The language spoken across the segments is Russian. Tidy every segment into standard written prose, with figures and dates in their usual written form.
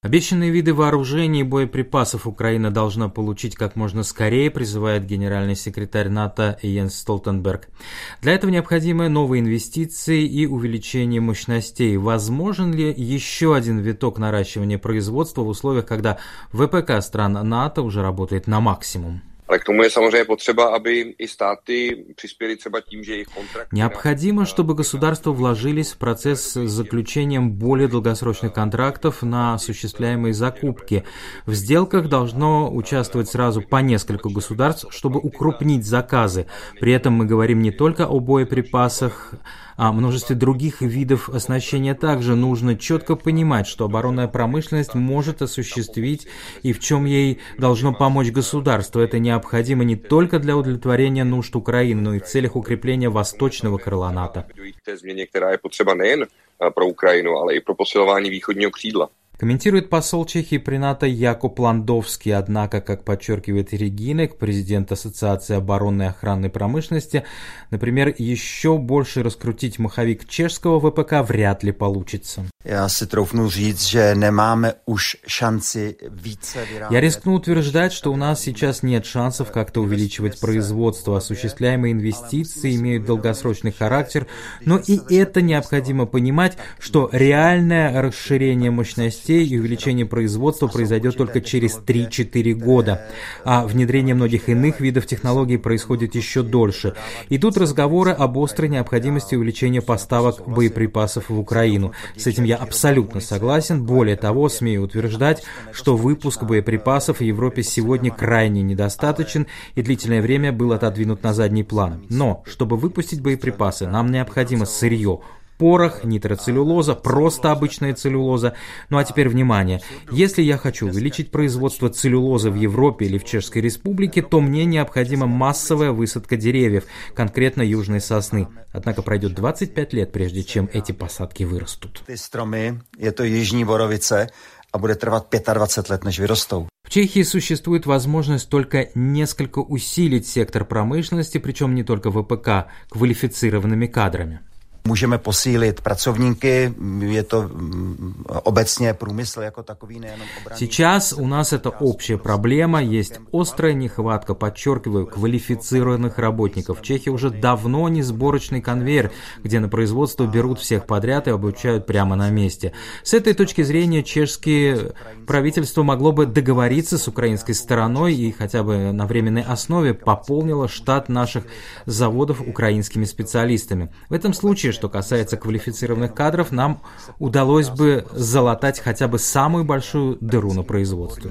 Обещанные виды вооружений и боеприпасов Украина должна получить как можно скорее, призывает генеральный секретарь НАТО Йенс Столтенберг. Для этого необходимы новые инвестиции и увеличение мощностей. Возможен ли еще один виток наращивания производства в условиях, когда ВПК стран НАТО уже работает на максимум? Необходимо, чтобы государства вложились в процесс с заключением более долгосрочных контрактов на осуществляемые закупки. В сделках должно участвовать сразу по несколько государств, чтобы укрупнить заказы. При этом мы говорим не только о боеприпасах, о множестве других видов оснащения. Также нужно четко понимать, что оборонная промышленность может осуществить и в чем ей должно помочь государство. Это необходимо не только для удовлетворения нужд Украины, но и в целях укрепления восточного крыла НАТО. Комментирует посол Чехии при НАТО Якуб Ландовский. Однако, как подчеркивает Регинек, президент Ассоциации оборонной и охранной промышленности, например, еще больше раскрутить маховик чешского ВПК вряд ли получится. Я рискну утверждать, что у нас сейчас нет шансов как-то увеличивать производство. Осуществляемые инвестиции имеют долгосрочный характер, но и это необходимо понимать, что реальное расширение мощностей и увеличение производства произойдет только через 3-4 года, а внедрение многих иных видов технологий происходит еще дольше. Идут разговоры об острой необходимости увеличения поставок боеприпасов в Украину. С этим я абсолютно согласен. Более того, смею утверждать, что выпуск боеприпасов в Европе сегодня крайне недостаточен и длительное время был отодвинут на задний план. Но, чтобы выпустить боеприпасы, нам необходимо сырье. Порох, нитроцеллюлоза, просто обычная целлюлоза. Ну а теперь внимание. Если я хочу увеличить производство целлюлозы в Европе или в Чешской Республике, то мне необходима массовая высадка деревьев, конкретно южной сосны. Однако пройдет 25 лет, прежде чем эти посадки вырастут. Это южные боровицы, а будет трвать 25 лет, неж вырастут. В Чехии существует возможность только несколько усилить сектор промышленности, причем не только ВПК, квалифицированными кадрами. Můžeme posílit pracovníky, je to obecně průmysl jako takový, nejenom obranný. Сейчас у нас это общая проблема, есть острая нехватка, подчеркиваю, квалифицированных работников. В Чехии уже давно не сборочный конвейер, где на производство берут всех подряд и обучают прямо на месте. С этой точки зрения чешское правительство могло бы договориться с украинской стороной и хотя бы на временной основе пополнило штат наших заводов украинскими специалистами. В этом случае, что касается квалифицированных кадров, нам удалось бы залатать хотя бы самую большую дыру на производстве.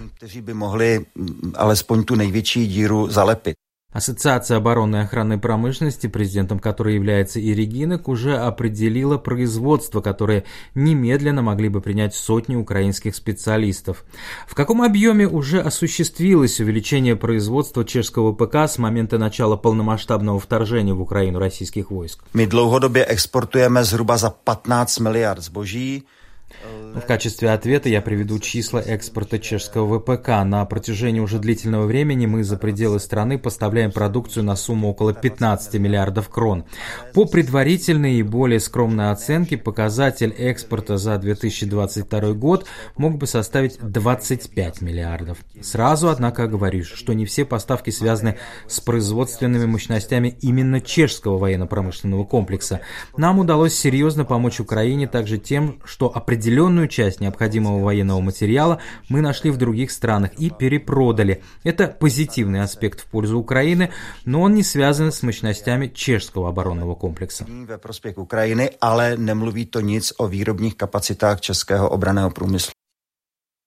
Ассоциация оборонной и охранной промышленности, президентом которой является и Регинек, уже определила производство, которое немедленно могли бы принять сотни украинских специалистов. В каком объеме уже осуществилось увеличение производства чешского ВПК с момента начала полномасштабного вторжения в Украину российских войск? Мы dlouhodobě exportujeme zhruba za 15 miliard zboží. В качестве ответа я приведу числа экспорта чешского ВПК. На протяжении уже длительного времени мы за пределы страны поставляем продукцию на сумму около 15 миллиардов крон. По предварительной и более скромной оценке, показатель экспорта за 2022 год мог бы составить 25 миллиардов. Сразу, однако, оговорюсь, что не все поставки связаны с производственными мощностями именно чешского военно-промышленного комплекса. Нам удалось серьезно помочь Украине также тем, что определенную часть необходимого военного материала мы нашли в других странах и перепродали. Это позитивный аспект в пользу Украины, но он не связан с мощностями чешского оборонного комплекса. Ve prospěch Ukrajiny, ale nemluví to nic o výrobních kapacitách českého obranného průmyslu.